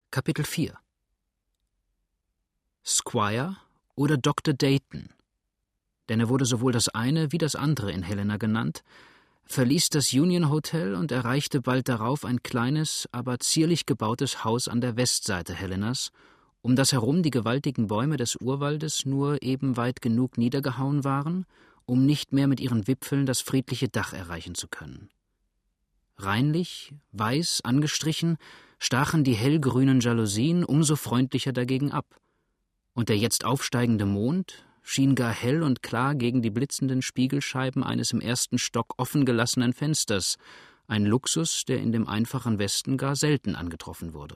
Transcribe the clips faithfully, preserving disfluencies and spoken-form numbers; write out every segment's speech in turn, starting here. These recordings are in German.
Kapitel vier Squire oder Doktor Dayton, denn er wurde sowohl das eine wie das andere in Helena genannt, verließ das Union Hotel und erreichte bald darauf ein kleines, aber zierlich gebautes Haus an der Westseite Helenas, um das herum die gewaltigen Bäume des Urwaldes nur eben weit genug niedergehauen waren, um nicht mehr mit ihren Wipfeln das friedliche Dach erreichen zu können. Reinlich, weiß, angestrichen, stachen die hellgrünen Jalousien umso freundlicher dagegen ab, und der jetzt aufsteigende Mond schien gar hell und klar gegen die blitzenden Spiegelscheiben eines im ersten Stock offen gelassenen Fensters, ein Luxus, der in dem einfachen Westen gar selten angetroffen wurde.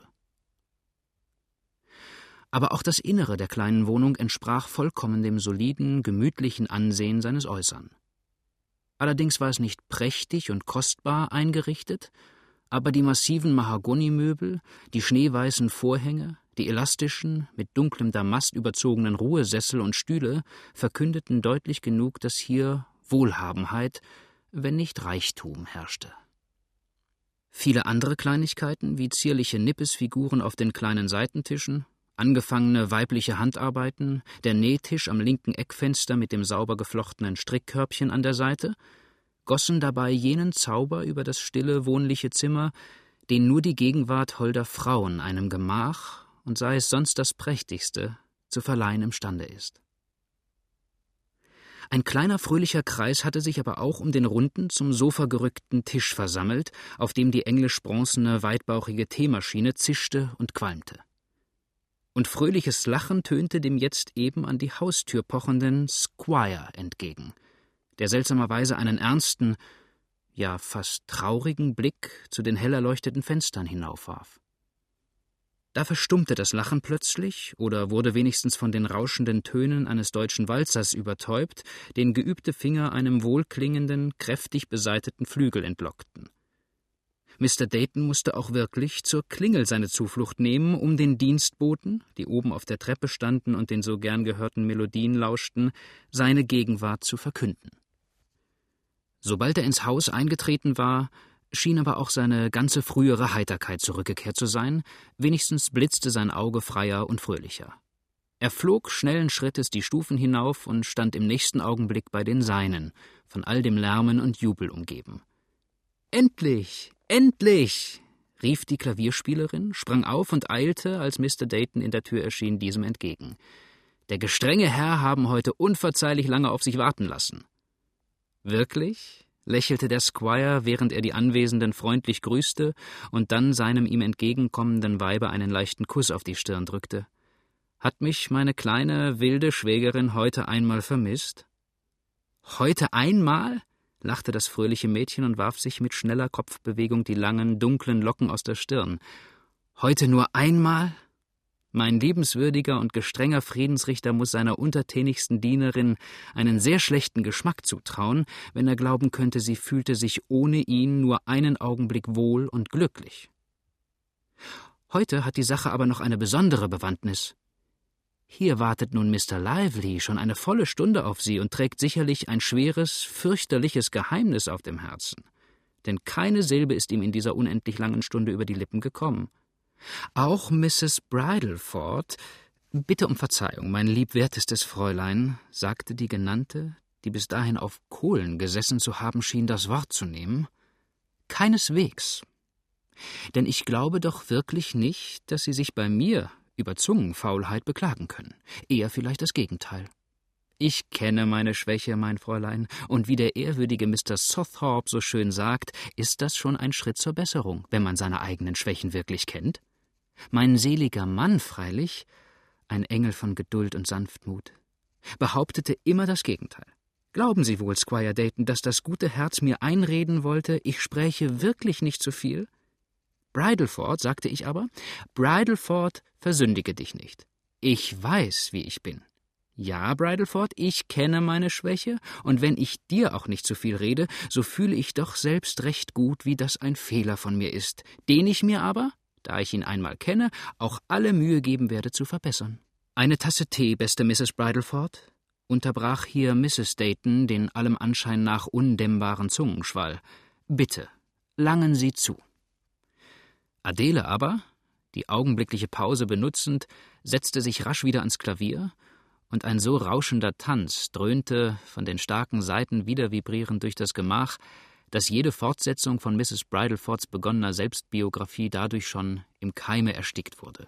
Aber auch das Innere der kleinen Wohnung entsprach vollkommen dem soliden, gemütlichen Ansehen seines Äußern. Allerdings war es nicht prächtig und kostbar eingerichtet, aber die massiven Mahagonimöbel, die schneeweißen Vorhänge, die elastischen, mit dunklem Damast überzogenen Ruhesessel und Stühle verkündeten deutlich genug, dass hier Wohlhabenheit, wenn nicht Reichtum, herrschte. Viele andere Kleinigkeiten, wie zierliche Nippesfiguren auf den kleinen Seitentischen, angefangene weibliche Handarbeiten, der Nähtisch am linken Eckfenster mit dem sauber geflochtenen Strickkörbchen an der Seite, gossen dabei jenen Zauber über das stille, wohnliche Zimmer, den nur die Gegenwart holder Frauen einem Gemach, und sei es sonst das prächtigste, zu verleihen imstande ist. Ein kleiner, fröhlicher Kreis hatte sich aber auch um den runden, zum Sofa gerückten Tisch versammelt, auf dem die englisch-bronzene, weitbauchige Teemaschine zischte und qualmte. Und fröhliches Lachen tönte dem jetzt eben an die Haustür pochenden Squire entgegen, der seltsamerweise einen ernsten, ja fast traurigen Blick zu den hell erleuchteten Fenstern hinaufwarf. Da verstummte das Lachen plötzlich oder wurde wenigstens von den rauschenden Tönen eines deutschen Walzers übertäubt, den geübte Finger einem wohlklingenden, kräftig besaiteten Flügel entlockten. Mister Dayton musste auch wirklich zur Klingel seine Zuflucht nehmen, um den Dienstboten, die oben auf der Treppe standen und den so gern gehörten Melodien lauschten, seine Gegenwart zu verkünden. Sobald er ins Haus eingetreten war, schien aber auch seine ganze frühere Heiterkeit zurückgekehrt zu sein, wenigstens blitzte sein Auge freier und fröhlicher. Er flog schnellen Schrittes die Stufen hinauf und stand im nächsten Augenblick bei den Seinen, von all dem Lärmen und Jubel umgeben. »Endlich! Endlich!« rief die Klavierspielerin, sprang auf und eilte, als Mister Dayton in der Tür erschien, diesem entgegen. »Der gestrenge Herr haben heute unverzeihlich lange auf sich warten lassen.« »Wirklich?« lächelte der Squire, während er die Anwesenden freundlich grüßte und dann seinem ihm entgegenkommenden Weibe einen leichten Kuss auf die Stirn drückte. »Hat mich meine kleine, wilde Schwägerin heute einmal vermisst?« »Heute einmal?« lachte das fröhliche Mädchen und warf sich mit schneller Kopfbewegung die langen, dunklen Locken aus der Stirn. »Heute nur einmal? Mein liebenswürdiger und gestrenger Friedensrichter muss seiner untertänigsten Dienerin einen sehr schlechten Geschmack zutrauen, wenn er glauben könnte, sie fühlte sich ohne ihn nur einen Augenblick wohl und glücklich. Heute hat die Sache aber noch eine besondere Bewandtnis. Hier wartet nun Mister Lively schon eine volle Stunde auf Sie und trägt sicherlich ein schweres, fürchterliches Geheimnis auf dem Herzen. Denn keine Silbe ist ihm in dieser unendlich langen Stunde über die Lippen gekommen. Auch Misses Bridleford, »Bitte um Verzeihung, mein liebwertestes Fräulein«, sagte die Genannte, die bis dahin auf Kohlen gesessen zu haben schien, das Wort zu nehmen. »Keineswegs. Denn ich glaube doch wirklich nicht, dass Sie sich bei mir über Zungenfaulheit beklagen können. Eher vielleicht das Gegenteil. Ich kenne meine Schwäche, mein Fräulein, und wie der ehrwürdige Mister Sothorpe so schön sagt, ist das schon ein Schritt zur Besserung, wenn man seine eigenen Schwächen wirklich kennt. Mein seliger Mann freilich, ein Engel von Geduld und Sanftmut, behauptete immer das Gegenteil. Glauben Sie wohl, Squire Dayton, dass das gute Herz mir einreden wollte, ich spräche wirklich nicht zu viel? Bridleford, sagte ich aber, Bridleford, versündige dich nicht. Ich weiß, wie ich bin. Ja, Bridleford, ich kenne meine Schwäche, und wenn ich dir auch nicht zu viel rede, so fühle ich doch selbst recht gut, wie das ein Fehler von mir ist, den ich mir aber, da ich ihn einmal kenne, auch alle Mühe geben werde zu verbessern. »Eine Tasse Tee, beste Misses Bridleford«, unterbrach hier Misses Dayton den allem Anschein nach undämmbaren Zungenschwall. »Bitte, langen Sie zu.« Adele aber, Die augenblickliche Pause benutzend, setzte sich rasch wieder ans Klavier, und ein so rauschender Tanz dröhnte von den starken Saiten wieder vibrierend durch das Gemach, dass jede Fortsetzung von Misses Bridlefords begonnener Selbstbiographie dadurch schon im Keime erstickt wurde.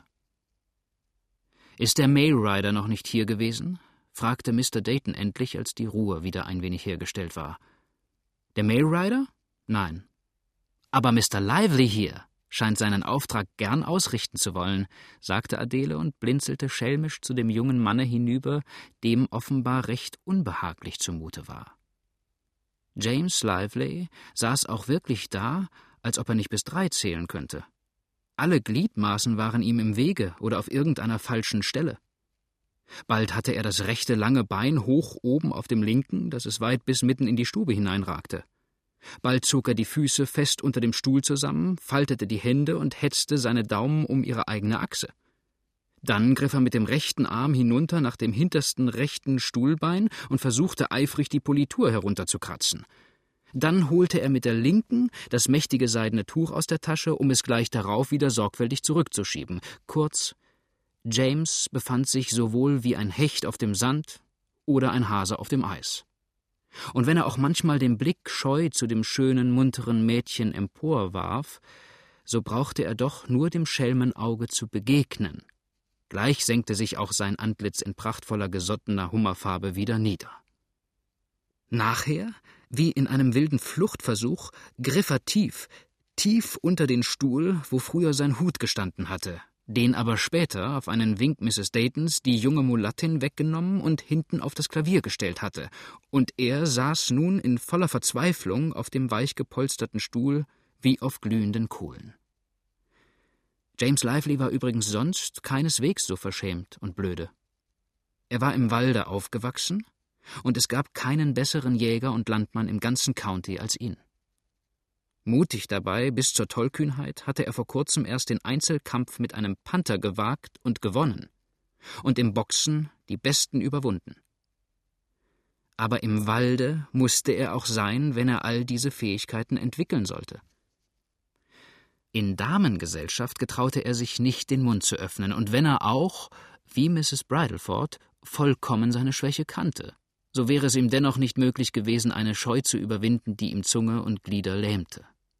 »Ist der Mailrider noch nicht hier gewesen?« fragte Mister Dayton endlich, als die Ruhe wieder ein wenig hergestellt war. »Der Mailrider? Nein. Aber Mister Lively hier scheint seinen Auftrag gern ausrichten zu wollen«, sagte Adele und blinzelte schelmisch zu dem jungen Manne hinüber, dem offenbar recht unbehaglich zumute war. James Lively saß auch wirklich da, als ob er nicht bis drei zählen könnte. Alle Gliedmaßen waren ihm im Wege oder auf irgendeiner falschen Stelle. Bald hatte er das rechte lange Bein hoch oben auf dem linken, dass es weit bis mitten in die Stube hineinragte. Bald zog er die Füße fest unter dem Stuhl zusammen, faltete die Hände und hetzte seine Daumen um ihre eigene Achse. Dann griff er mit dem rechten Arm hinunter nach dem hintersten rechten Stuhlbein und versuchte eifrig, die Politur herunterzukratzen. Dann holte er mit der linken das mächtige seidene Tuch aus der Tasche, um es gleich darauf wieder sorgfältig zurückzuschieben. Kurz, James befand sich sowohl wie ein Hecht auf dem Sand oder ein Hase auf dem Eis. Und wenn er auch manchmal den Blick scheu zu dem schönen, munteren Mädchen emporwarf, so brauchte er doch nur dem Schelmenauge zu begegnen. Gleich senkte sich auch sein Antlitz in prachtvoller, gesottener Hummerfarbe wieder nieder. Nachher, wie in einem wilden Fluchtversuch, griff er tief, tief unter den Stuhl, wo früher sein Hut gestanden hatte, den aber später auf einen Wink Misses Daytons die junge Mulattin weggenommen und hinten auf das Klavier gestellt hatte, und er saß nun in voller Verzweiflung auf dem weich gepolsterten Stuhl wie auf glühenden Kohlen. James Lively war übrigens sonst keineswegs so verschämt und blöde. Er war im Walde aufgewachsen, und es gab keinen besseren Jäger und Landmann im ganzen County als ihn. Mutig dabei bis zur Tollkühnheit hatte er vor kurzem erst den Einzelkampf mit einem Panther gewagt und gewonnen und im Boxen die Besten überwunden. Aber im Walde musste er auch sein, wenn er all diese Fähigkeiten entwickeln sollte. In Damengesellschaft getraute er sich nicht, den Mund zu öffnen, und wenn er auch, wie Misses Bridleford, vollkommen seine Schwäche kannte, so wäre es ihm dennoch nicht möglich gewesen, eine Scheu zu überwinden, die ihm Zunge und Glieder lähmte.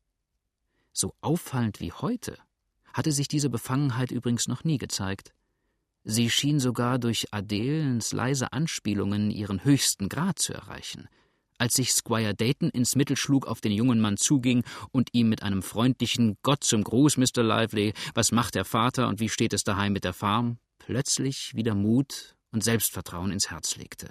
So auffallend wie heute hatte sich diese Befangenheit übrigens noch nie gezeigt. Sie schien sogar durch Adelens leise Anspielungen ihren höchsten Grad zu erreichen, als sich Squire Dayton ins Mittel schlug, auf den jungen Mann zuging und ihm mit einem freundlichen »Gott zum Gruß, Mister Lively, was macht der Vater und wie steht es daheim mit der Farm?« plötzlich wieder Mut und Selbstvertrauen ins Herz legte.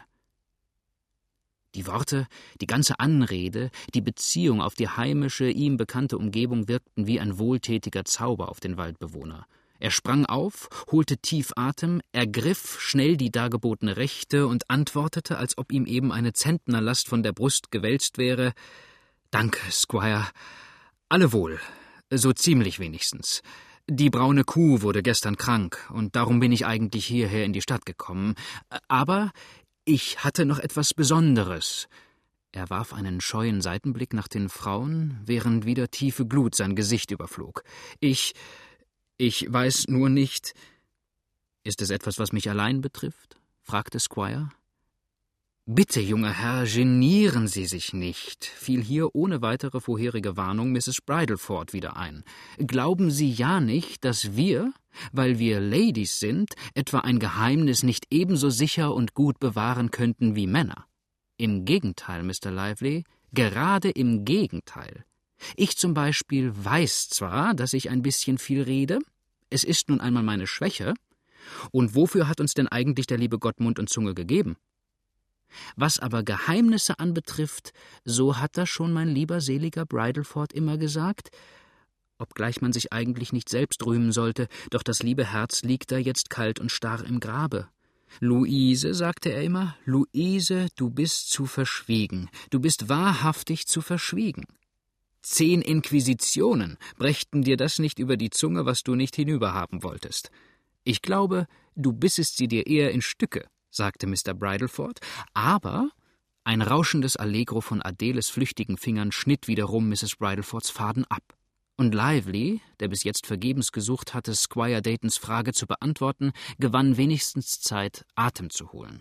Die Worte, die ganze Anrede, die Beziehung auf die heimische, ihm bekannte Umgebung wirkten wie ein wohltätiger Zauber auf den Waldbewohner. Er sprang auf, holte tief Atem, ergriff schnell die dargebotene Rechte und antwortete, als ob ihm eben eine Zentnerlast von der Brust gewälzt wäre: »Danke, Squire. Alle wohl. So ziemlich wenigstens. Die braune Kuh wurde gestern krank, und darum bin ich eigentlich hierher in die Stadt gekommen. Aber ich hatte noch etwas Besonderes.« Er warf einen scheuen Seitenblick nach den Frauen, während wieder tiefe Glut sein Gesicht überflog. »Ich, ich weiß nur nicht...« »Ist es etwas, was mich allein betrifft?« fragte Squire. »Bitte, junger Herr, genieren Sie sich nicht«, fiel hier ohne weitere vorherige Warnung Misses Bridleford wieder ein. »Glauben Sie ja nicht, dass wir, weil wir Ladies sind, etwa ein Geheimnis nicht ebenso sicher und gut bewahren könnten wie Männer. Im Gegenteil, Mister Lively, gerade im Gegenteil. Ich zum Beispiel weiß zwar, dass ich ein bisschen viel rede, es ist nun einmal meine Schwäche, und wofür hat uns denn eigentlich der liebe Gott Mund und Zunge gegeben? Was aber Geheimnisse anbetrifft, so hat das schon mein lieber seliger Bridleford immer gesagt, obgleich man sich eigentlich nicht selbst rühmen sollte, doch das liebe Herz liegt da jetzt kalt und starr im Grabe. »Luise«, sagte er immer, »Luise, du bist zu verschwiegen, du bist wahrhaftig zu verschwiegen. Zehn Inquisitionen brächten dir das nicht über die Zunge, was du nicht hinüberhaben wolltest. Ich glaube, du bissest sie dir eher in Stücke«, sagte Mister Bridleford, aber ein rauschendes Allegro von Adeles flüchtigen Fingern schnitt wiederum Misses Bridlefords Faden ab, Und Lively, der bis jetzt vergebens gesucht hatte, Squire Daytons Frage zu beantworten, gewann wenigstens Zeit, Atem zu holen.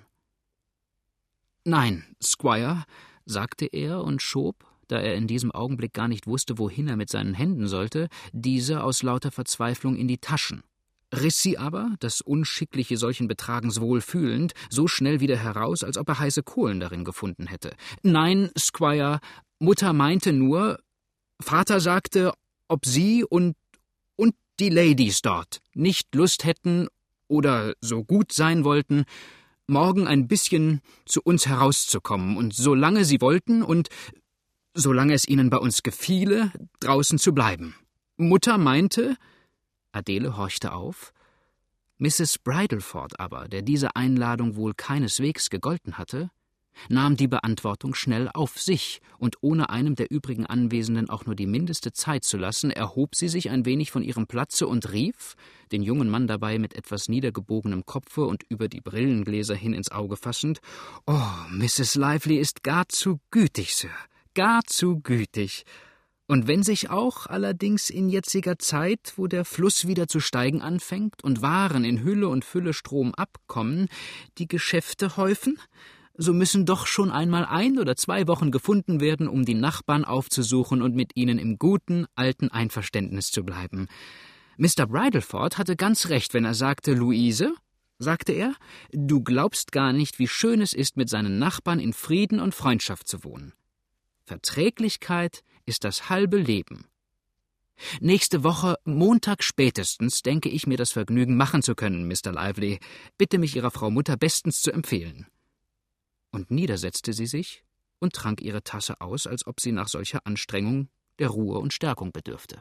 »Nein, Squire«, sagte er und schob, da er in diesem Augenblick gar nicht wusste, wohin er mit seinen Händen sollte, diese aus lauter Verzweiflung in die Taschen, riss sie aber, das Unschickliche solchen Betragens wohl fühlend, so schnell wieder heraus, als ob er heiße Kohlen darin gefunden hätte. »Nein, Squire, Mutter meinte nur, Vater sagte, ob Sie und, und die Ladies dort nicht Lust hätten oder so gut sein wollten, morgen ein bisschen zu uns herauszukommen und solange sie wollten und solange es ihnen bei uns gefiele, draußen zu bleiben. Mutter meinte...« Adele horchte auf. Misses Bridleford aber, der diese Einladung wohl keineswegs gegolten hatte, nahm die Beantwortung schnell auf sich, und ohne einem der übrigen Anwesenden auch nur die mindeste Zeit zu lassen, erhob sie sich ein wenig von ihrem Platze und rief, den jungen Mann dabei mit etwas niedergebogenem Kopfe und über die Brillengläser hin ins Auge fassend: »Oh, Misses Lively ist gar zu gütig, Sir, gar zu gütig. Und wenn sich auch allerdings in jetziger Zeit, wo der Fluss wieder zu steigen anfängt und Waren in Hülle und Fülle stromab kommen, die Geschäfte häufen, so müssen doch schon einmal ein oder zwei Wochen gefunden werden, um die Nachbarn aufzusuchen und mit ihnen im guten, alten Einverständnis zu bleiben. Mister Bridleford hatte ganz recht, wenn er sagte, Luise, sagte er, du glaubst gar nicht, wie schön es ist, mit seinen Nachbarn in Frieden und Freundschaft zu wohnen. Verträglichkeit ist das halbe Leben. Nächste Woche, Montag spätestens, denke ich mir das Vergnügen machen zu können, Mister Lively. Bitte mich Ihrer Frau Mutter bestens zu empfehlen.« Und niedersetzte sie sich und trank ihre Tasse aus, als ob sie nach solcher Anstrengung der Ruhe und Stärkung bedürfte.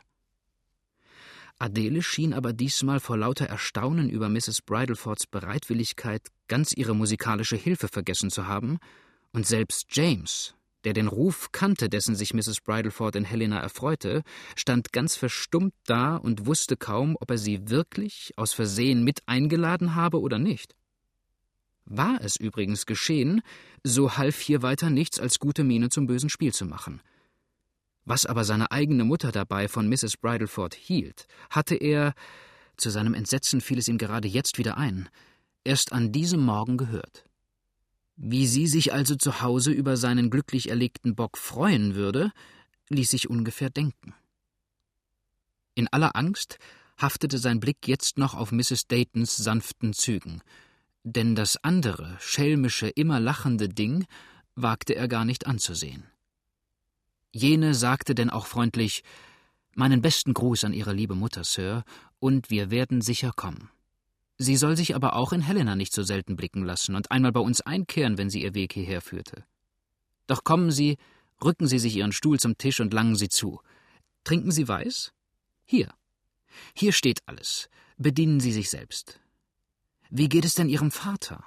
Adele schien aber diesmal vor lauter Erstaunen über Misses Bridlefords Bereitwilligkeit ganz ihre musikalische Hilfe vergessen zu haben, und selbst James, der den Ruf kannte, dessen sich Misses Bridleford in Helena erfreute, stand ganz verstummt da und wusste kaum, ob er sie wirklich aus Versehen mit eingeladen habe oder nicht. War es übrigens geschehen, so half hier weiter nichts, als gute Miene zum bösen Spiel zu machen. Was aber seine eigene Mutter dabei von Misses Bridleford hielt, hatte er, zu seinem Entsetzen fiel es ihm gerade jetzt wieder ein, erst an diesem Morgen gehört. Wie sie sich also zu Hause über seinen glücklich erlegten Bock freuen würde, ließ sich ungefähr denken. In aller Angst haftete sein Blick jetzt noch auf Misses Daytons sanften Zügen, denn das andere, schelmische, immer lachende Ding wagte er gar nicht anzusehen. Jene sagte denn auch freundlich, »Meinen besten Gruß an Ihre liebe Mutter, Sir, und wir werden sicher kommen. Sie soll sich aber auch in Helena nicht so selten blicken lassen und einmal bei uns einkehren, wenn sie ihr Weg hierher führte. Doch kommen Sie, rücken Sie sich Ihren Stuhl zum Tisch und langen Sie zu. Trinken Sie Weiß? Hier. Hier steht alles. Bedienen Sie sich selbst. Wie geht es denn Ihrem Vater?«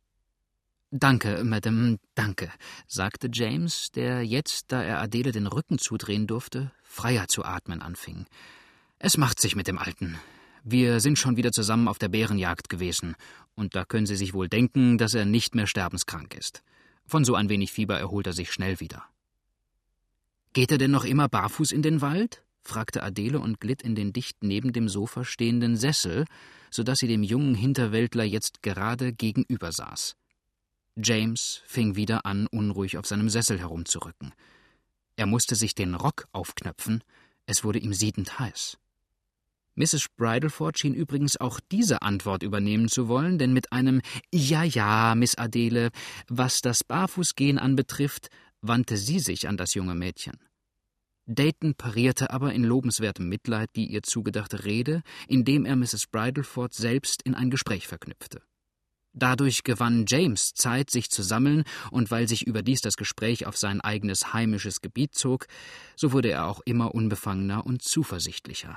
»Danke, Madame, danke«, sagte James, der jetzt, da er Adele den Rücken zudrehen durfte, freier zu atmen anfing. »Es macht sich mit dem Alten. Wir sind schon wieder zusammen auf der Bärenjagd gewesen, und da können Sie sich wohl denken, dass er nicht mehr sterbenskrank ist. Von so ein wenig Fieber erholt er sich schnell wieder.« »Geht er denn noch immer barfuß in den Wald?« fragte Adele und glitt in den dicht neben dem Sofa stehenden Sessel, so dass sie dem jungen Hinterwäldler jetzt gerade gegenüber saß. James fing wieder an, unruhig auf seinem Sessel herumzurücken. Er musste sich den Rock aufknöpfen, es wurde ihm siedend heiß. Misses Bridleford schien übrigens auch diese Antwort übernehmen zu wollen, denn mit einem »Ja, ja, Miss Adele, was das Barfußgehen anbetrifft«, wandte sie sich an das junge Mädchen. Dayton parierte aber in lobenswertem Mitleid die ihr zugedachte Rede, indem er Misses Bridleford selbst in ein Gespräch verknüpfte. Dadurch gewann James Zeit, sich zu sammeln, und weil sich überdies das Gespräch auf sein eigenes heimisches Gebiet zog, so wurde er auch immer unbefangener und zuversichtlicher.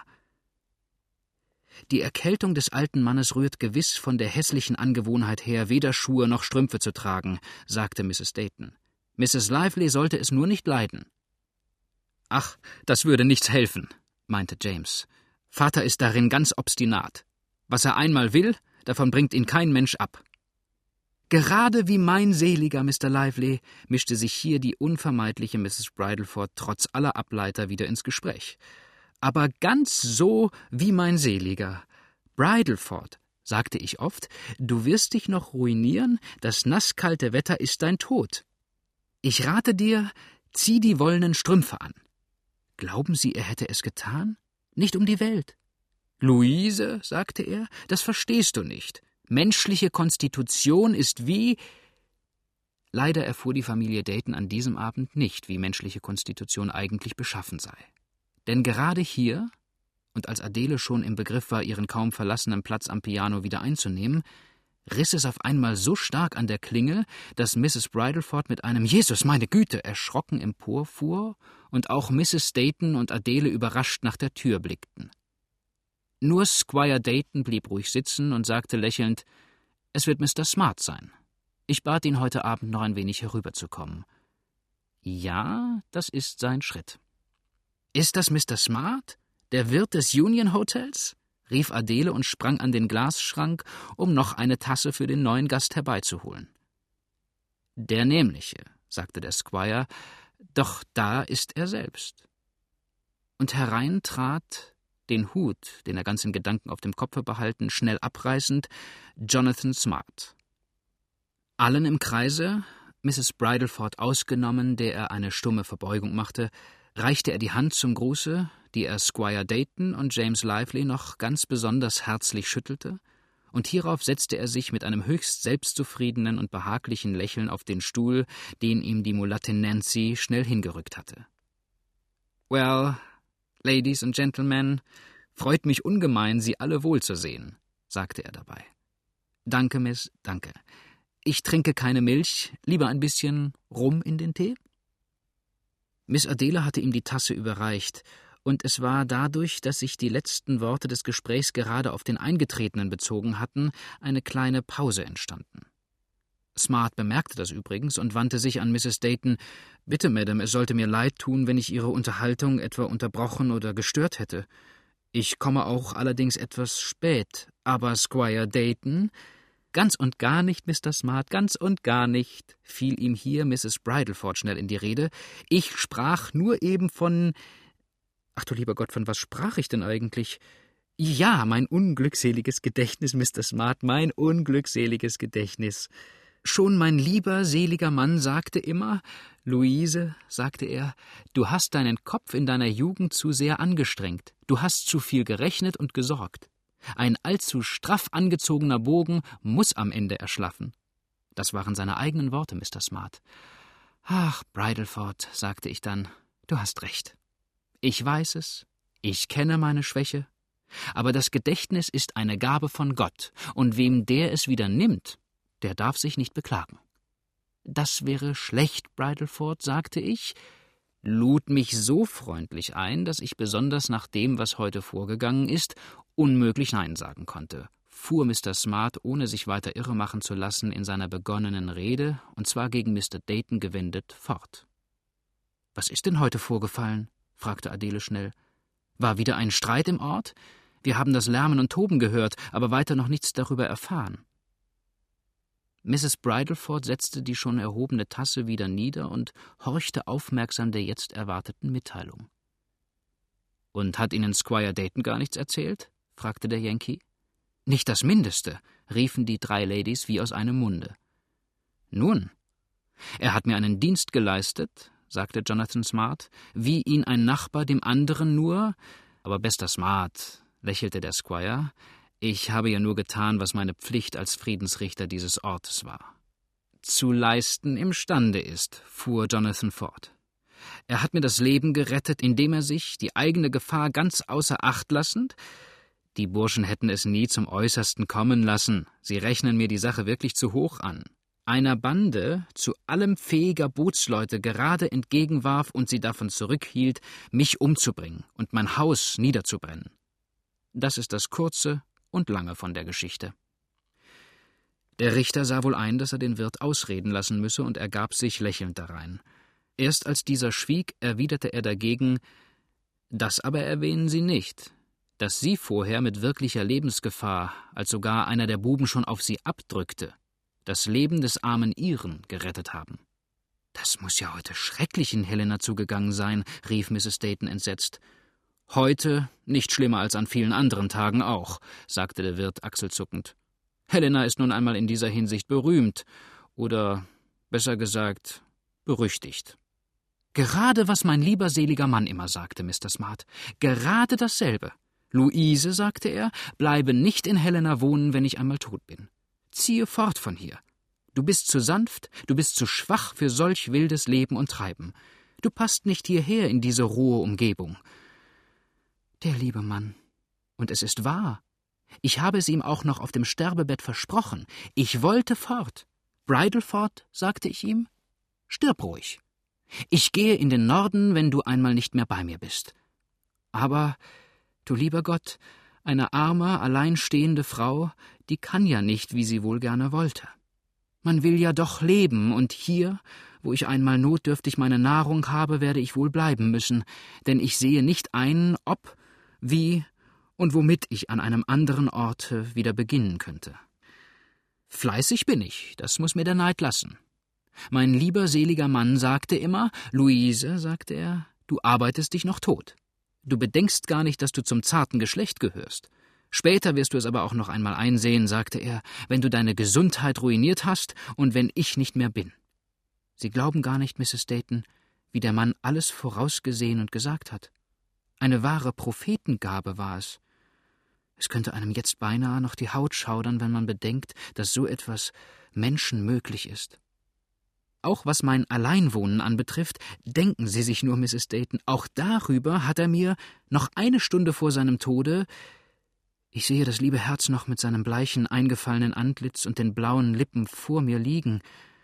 »Die Erkältung des alten Mannes rührt gewiss von der hässlichen Angewohnheit her, weder Schuhe noch Strümpfe zu tragen«, sagte Misses Dayton. »Misses Lively sollte es nur nicht leiden.« »Ach, das würde nichts helfen«, meinte James. »Vater ist darin ganz obstinat. Was er einmal will, davon bringt ihn kein Mensch ab.« »Gerade wie mein seliger Mister Lively«, mischte sich hier die unvermeidliche Misses Bridleford trotz aller Ableiter wieder ins Gespräch. aber ganz so wie mein Seliger. Bridleford, sagte ich oft, du wirst dich noch ruinieren, das nasskalte Wetter ist dein Tod. Ich rate dir, zieh die wollenen Strümpfe an. Glauben Sie, er hätte es getan? Nicht um die Welt. Luise, sagte er, das verstehst du nicht. Menschliche Konstitution ist wie... Leider erfuhr die Familie Dayton an diesem Abend nicht, wie menschliche Konstitution eigentlich beschaffen sei. Denn gerade hier, und als Adele schon im Begriff war, ihren kaum verlassenen Platz am Piano wieder einzunehmen, riss es auf einmal so stark an der Klingel, dass Misses Bridleford mit einem »Jesus, meine Güte« erschrocken emporfuhr und auch Misses Dayton und Adele überrascht nach der Tür blickten. Nur Squire Dayton blieb ruhig sitzen und sagte lächelnd, »Es wird Mister Smart sein. Ich bat ihn heute Abend noch ein wenig herüberzukommen.« »Ja, das ist sein Schritt.« »Ist das Mister Smart, der Wirt des Union Hotels?« rief Adele und sprang an den Glasschrank, um noch eine Tasse für den neuen Gast herbeizuholen. »Der Nämliche«, sagte der Squire, »doch da ist er selbst.« Und herein trat, den Hut, den er ganz in Gedanken auf dem Kopfe behalten, schnell abreißend, Jonathan Smart. Allen im Kreise, Misses Bridleford ausgenommen, der er eine stumme Verbeugung machte, reichte er die Hand zum Gruße, die er Squire Dayton und James Lively noch ganz besonders herzlich schüttelte, und hierauf setzte er sich mit einem höchst selbstzufriedenen und behaglichen Lächeln auf den Stuhl, den ihm die Mulattin Nancy schnell hingerückt hatte. »Well, Ladies and Gentlemen, freut mich ungemein, Sie alle wohlzusehen«, sagte er dabei. »Danke, Miss, danke. Ich trinke keine Milch, lieber ein bisschen Rum in den Tee?« Miss Adele hatte ihm die Tasse überreicht, und es war dadurch, dass sich die letzten Worte des Gesprächs gerade auf den Eingetretenen bezogen hatten, eine kleine Pause entstanden. Smart bemerkte das übrigens und wandte sich an Misses Dayton. »Bitte, Madame, es sollte mir leid tun, wenn ich Ihre Unterhaltung etwa unterbrochen oder gestört hätte. Ich komme auch allerdings etwas spät, aber Squire Dayton...« »Ganz und gar nicht, Mister Smart, ganz und gar nicht«, fiel ihm hier Misses Bridleford schnell in die Rede. »Ich sprach nur eben von... Ach du lieber Gott, von was sprach ich denn eigentlich? Ja, mein unglückseliges Gedächtnis, Mister Smart, mein unglückseliges Gedächtnis. Schon mein lieber, seliger Mann sagte immer, »Luise«, sagte er, »du hast deinen Kopf in deiner Jugend zu sehr angestrengt. Du hast zu viel gerechnet und gesorgt. Ein allzu straff angezogener Bogen muss am Ende erschlaffen.« Das waren seine eigenen Worte, Mister Smart. »Ach, Bridleford«, sagte ich dann, »du hast recht. Ich weiß es, ich kenne meine Schwäche, aber das Gedächtnis ist eine Gabe von Gott, und wem der es wieder nimmt, der darf sich nicht beklagen.« »Das wäre schlecht, Bridleford«, sagte ich, lud mich so freundlich ein, dass ich besonders nach dem, was heute vorgegangen ist, unmöglich Nein sagen konnte, fuhr Mister Smart, ohne sich weiter irre machen zu lassen, in seiner begonnenen Rede, und zwar gegen Mister Dayton gewendet, fort. »Was ist denn heute vorgefallen?« fragte Adele schnell. »War wieder ein Streit im Ort? Wir haben das Lärmen und Toben gehört, aber weiter noch nichts darüber erfahren.« Misses Bridleford setzte die schon erhobene Tasse wieder nieder und horchte aufmerksam der jetzt erwarteten Mitteilung. »Und hat Ihnen Squire Dayton gar nichts erzählt?« fragte der Yankee. »Nicht das Mindeste«, riefen die drei Ladies wie aus einem Munde. »Nun, er hat mir einen Dienst geleistet«, sagte Jonathan Smart, »wie ihn ein Nachbar dem anderen nur, aber bester Smart«, lächelte der Squire, »ich habe ja nur getan, was meine Pflicht als Friedensrichter dieses Ortes war.« »Zu leisten imstande ist«, fuhr Jonathan fort. »Er hat mir das Leben gerettet, indem er sich, die eigene Gefahr ganz außer Acht lassend, die Burschen hätten es nie zum Äußersten kommen lassen, sie rechnen mir die Sache wirklich zu hoch an, einer Bande zu allem fähiger Bootsleute gerade entgegenwarf und sie davon zurückhielt, mich umzubringen und mein Haus niederzubrennen. Das ist das Kurze und Lange von der Geschichte.« Der Richter sah wohl ein, dass er den Wirt ausreden lassen müsse, und ergab sich lächelnd darein. Erst als dieser schwieg, erwiderte er dagegen, »Das aber erwähnen Sie nicht, dass Sie vorher mit wirklicher Lebensgefahr, als sogar einer der Buben schon auf Sie abdrückte, das Leben des armen Iren gerettet haben.« »Das muss ja heute schrecklich in Helena zugegangen sein«, rief Misses Dayton entsetzt. »Heute nicht schlimmer als an vielen anderen Tagen auch«, sagte der Wirt achselzuckend. »Helena ist nun einmal in dieser Hinsicht berühmt, oder, besser gesagt, berüchtigt.« »Gerade was mein lieber seliger Mann immer sagte, Mister Smart. Gerade dasselbe. Luise, sagte er, bleibe nicht in Helena wohnen, wenn ich einmal tot bin. Ziehe fort von hier. Du bist zu sanft, du bist zu schwach für solch wildes Leben und Treiben. Du passt nicht hierher in diese rohe Umgebung.« Der liebe Mann. Und es ist wahr. Ich habe es ihm auch noch auf dem Sterbebett versprochen. Ich wollte fort. »Bridleford«, sagte ich ihm, »stirb ruhig. Ich gehe in den Norden, wenn du einmal nicht mehr bei mir bist. Aber, du lieber Gott, eine arme, alleinstehende Frau, die kann ja nicht, wie sie wohl gerne wollte. Man will ja doch leben, und hier, wo ich einmal notdürftig meine Nahrung habe, werde ich wohl bleiben müssen, denn ich sehe nicht ein, ob, wie und womit ich an einem anderen Orte wieder beginnen könnte. Fleißig bin ich, das muß mir der Neid lassen. Mein lieber seliger Mann sagte immer, »Luise«, sagte er, »du arbeitest dich noch tot. Du bedenkst gar nicht, dass du zum zarten Geschlecht gehörst. Später wirst du es aber auch noch einmal einsehen«, sagte er, »wenn du deine Gesundheit ruiniert hast und wenn ich nicht mehr bin.« Sie glauben gar nicht, Misses Dayton, wie der Mann alles vorausgesehen und gesagt hat. Eine wahre Prophetengabe war es. Es könnte einem jetzt beinahe noch die Haut schaudern, wenn man bedenkt, dass so etwas menschenmöglich ist. Auch was mein Alleinwohnen anbetrifft, denken Sie sich nur, Misses Dayton, auch darüber hat er mir noch eine Stunde vor seinem Tode, ich sehe das liebe Herz noch mit seinem bleichen, eingefallenen Antlitz und den blauen Lippen vor mir liegen,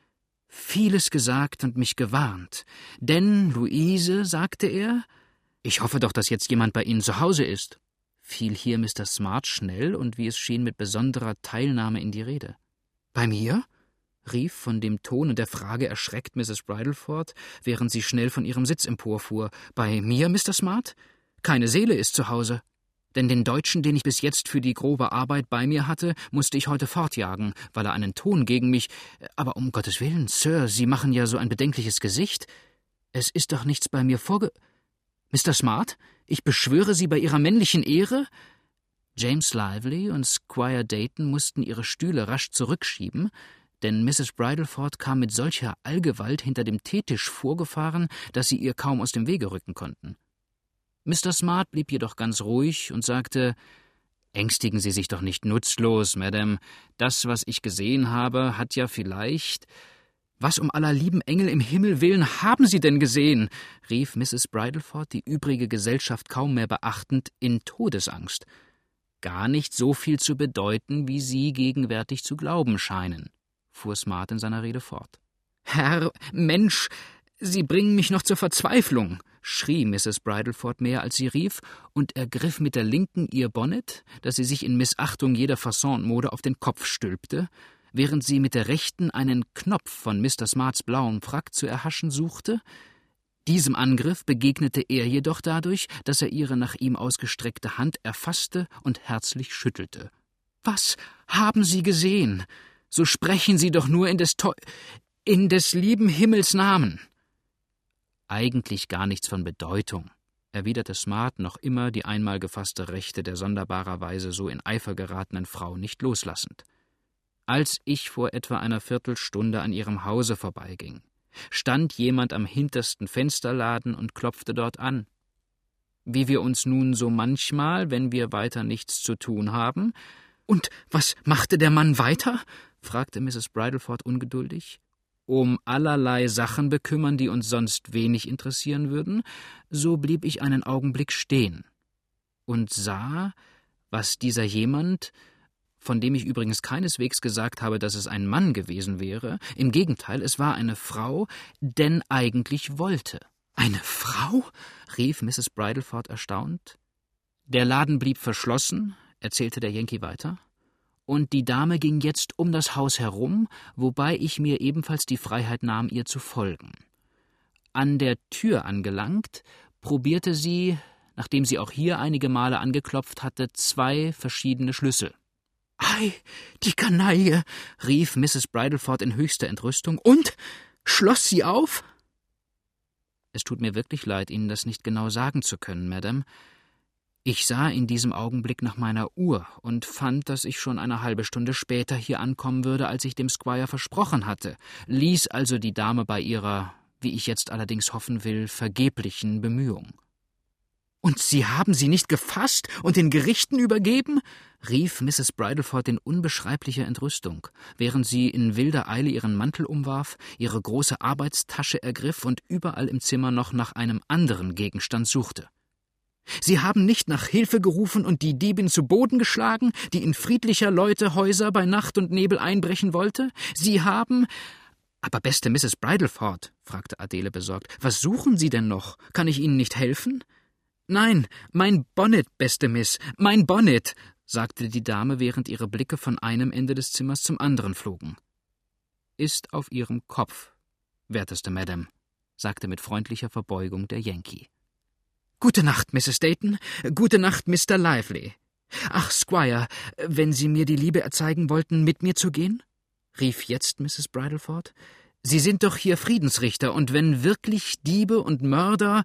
vieles gesagt und mich gewarnt. Denn, Luise, sagte er, »ich hoffe doch, dass jetzt jemand bei Ihnen zu Hause ist«, fiel hier Mister Smart schnell und wie es schien mit besonderer Teilnahme in die Rede. »Bei mir?« rief von dem Tone der Frage erschreckt Misses Bridleford, während sie schnell von ihrem Sitz emporfuhr. »Bei mir, Mister Smart? Keine Seele ist zu Hause. Denn den Deutschen, den ich bis jetzt für die grobe Arbeit bei mir hatte, musste ich heute fortjagen, weil er einen Ton gegen mich... Aber um Gottes Willen, Sir, Sie machen ja so ein bedenkliches Gesicht. Es ist doch nichts bei mir vorge... Mister Smart, ich beschwöre Sie bei Ihrer männlichen Ehre...« James Lively und Squire Dayton mussten ihre Stühle rasch zurückschieben, denn Misses Bridleford kam mit solcher Allgewalt hinter dem Teetisch vorgefahren, dass sie ihr kaum aus dem Wege rücken konnten. Mister Smart blieb jedoch ganz ruhig und sagte, »Ängstigen Sie sich doch nicht nutzlos, Madame. Das, was ich gesehen habe, hat ja vielleicht...« »Was um aller lieben Engel im Himmel willen haben Sie denn gesehen?« rief Misses Bridleford, die übrige Gesellschaft kaum mehr beachtend, in Todesangst. »Gar nicht so viel zu bedeuten, wie Sie gegenwärtig zu glauben scheinen«, fuhr Smart in seiner Rede fort. »Herr, Mensch, Sie bringen mich noch zur Verzweiflung«, schrie Misses Bridleford mehr, als sie rief, und ergriff mit der linken ihr Bonnet, das sie sich in Missachtung jeder Façonmode auf den Kopf stülpte, während sie mit der rechten einen Knopf von Mister Smarts blauem Frack zu erhaschen suchte. Diesem Angriff begegnete er jedoch dadurch, dass er ihre nach ihm ausgestreckte Hand erfasste und herzlich schüttelte. »Was haben Sie gesehen? So sprechen Sie doch nur in des Teu... in des lieben Himmels Namen!« »Eigentlich gar nichts von Bedeutung«, erwiderte Smart, noch immer die einmal gefasste Rechte der sonderbarerweise so in Eifer geratenen Frau nicht loslassend. »Als ich vor etwa einer Viertelstunde an Ihrem Hause vorbeiging, stand jemand am hintersten Fensterladen und klopfte dort an. Wie wir uns nun so manchmal, wenn wir weiter nichts zu tun haben...« »Und was machte der Mann weiter?« fragte Misses Bridleford ungeduldig. »Um allerlei Sachen bekümmern, die uns sonst wenig interessieren würden, so blieb ich einen Augenblick stehen und sah, was dieser jemand, von dem ich übrigens keineswegs gesagt habe, dass es ein Mann gewesen wäre, im Gegenteil, es war eine Frau, denn eigentlich wollte.« »Eine Frau?« rief Misses Bridleford erstaunt. »Der Laden blieb verschlossen«, erzählte der Yankee weiter, »und die Dame ging jetzt um das Haus herum, wobei ich mir ebenfalls die Freiheit nahm, ihr zu folgen. An der Tür angelangt, probierte sie, nachdem sie auch hier einige Male angeklopft hatte, zwei verschiedene Schlüssel. »Ei, die Kanaille«, rief Misses Bridleford in höchster Entrüstung. »Und? Schloss sie auf?« »Es tut mir wirklich leid, Ihnen das nicht genau sagen zu können, Madame. Ich sah in diesem Augenblick nach meiner Uhr und fand, dass ich schon eine halbe Stunde später hier ankommen würde, als ich dem Squire versprochen hatte, ließ also die Dame bei ihrer, wie ich jetzt allerdings hoffen will, vergeblichen Bemühung. »Und Sie haben sie nicht gefasst und den Gerichten übergeben?« rief Misses Bridleford in unbeschreiblicher Entrüstung, während sie in wilder Eile ihren Mantel umwarf, ihre große Arbeitstasche ergriff und überall im Zimmer noch nach einem anderen Gegenstand suchte. »Sie haben nicht nach Hilfe gerufen und die Diebin zu Boden geschlagen, die in friedlicher Leute Häuser bei Nacht und Nebel einbrechen wollte? Sie haben...« »Aber beste Misses Bridleford«, fragte Adele besorgt, »was suchen Sie denn noch? Kann ich Ihnen nicht helfen?« »Nein, mein Bonnet, beste Miss, mein Bonnet«, sagte die Dame, während ihre Blicke von einem Ende des Zimmers zum anderen flogen. »Ist auf Ihrem Kopf, werteste Madame«, sagte mit freundlicher Verbeugung der Yankee. »Gute Nacht, Misses Dayton, gute Nacht, Mister Lively. Ach, Squire, wenn Sie mir die Liebe erzeigen wollten, mit mir zu gehen?« rief jetzt Misses Bridleford. »Sie sind doch hier Friedensrichter, und wenn wirklich Diebe und Mörder...«